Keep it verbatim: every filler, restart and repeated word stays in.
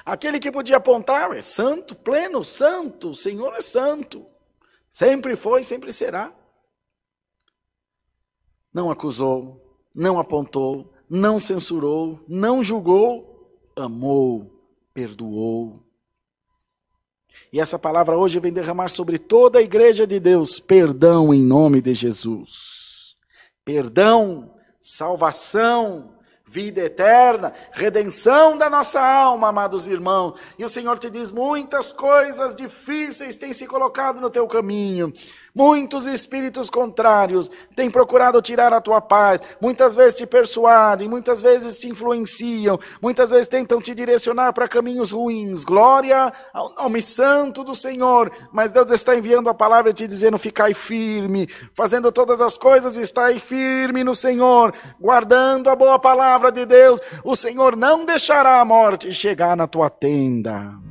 Aquele que podia apontar é santo, pleno, santo, o Senhor é santo. Sempre foi, sempre será. Não acusou, não apontou, não censurou, não julgou, amou, perdoou. E essa palavra hoje vem derramar sobre toda a igreja de Deus perdão em nome de Jesus. Perdão, salvação, vida eterna, redenção da nossa alma, amados irmãos. E o Senhor te diz, muitas coisas difíceis têm se colocado no teu caminho. Muitos espíritos contrários têm procurado tirar a tua paz. Muitas vezes te persuadem, muitas vezes te influenciam, muitas vezes tentam te direcionar para caminhos ruins. Glória ao nome santo do Senhor. Mas Deus está enviando a palavra e te dizendo, ficai firme, fazendo todas as coisas, estai firme no Senhor, guardando a boa palavra de Deus. O Senhor não deixará a morte chegar na tua tenda.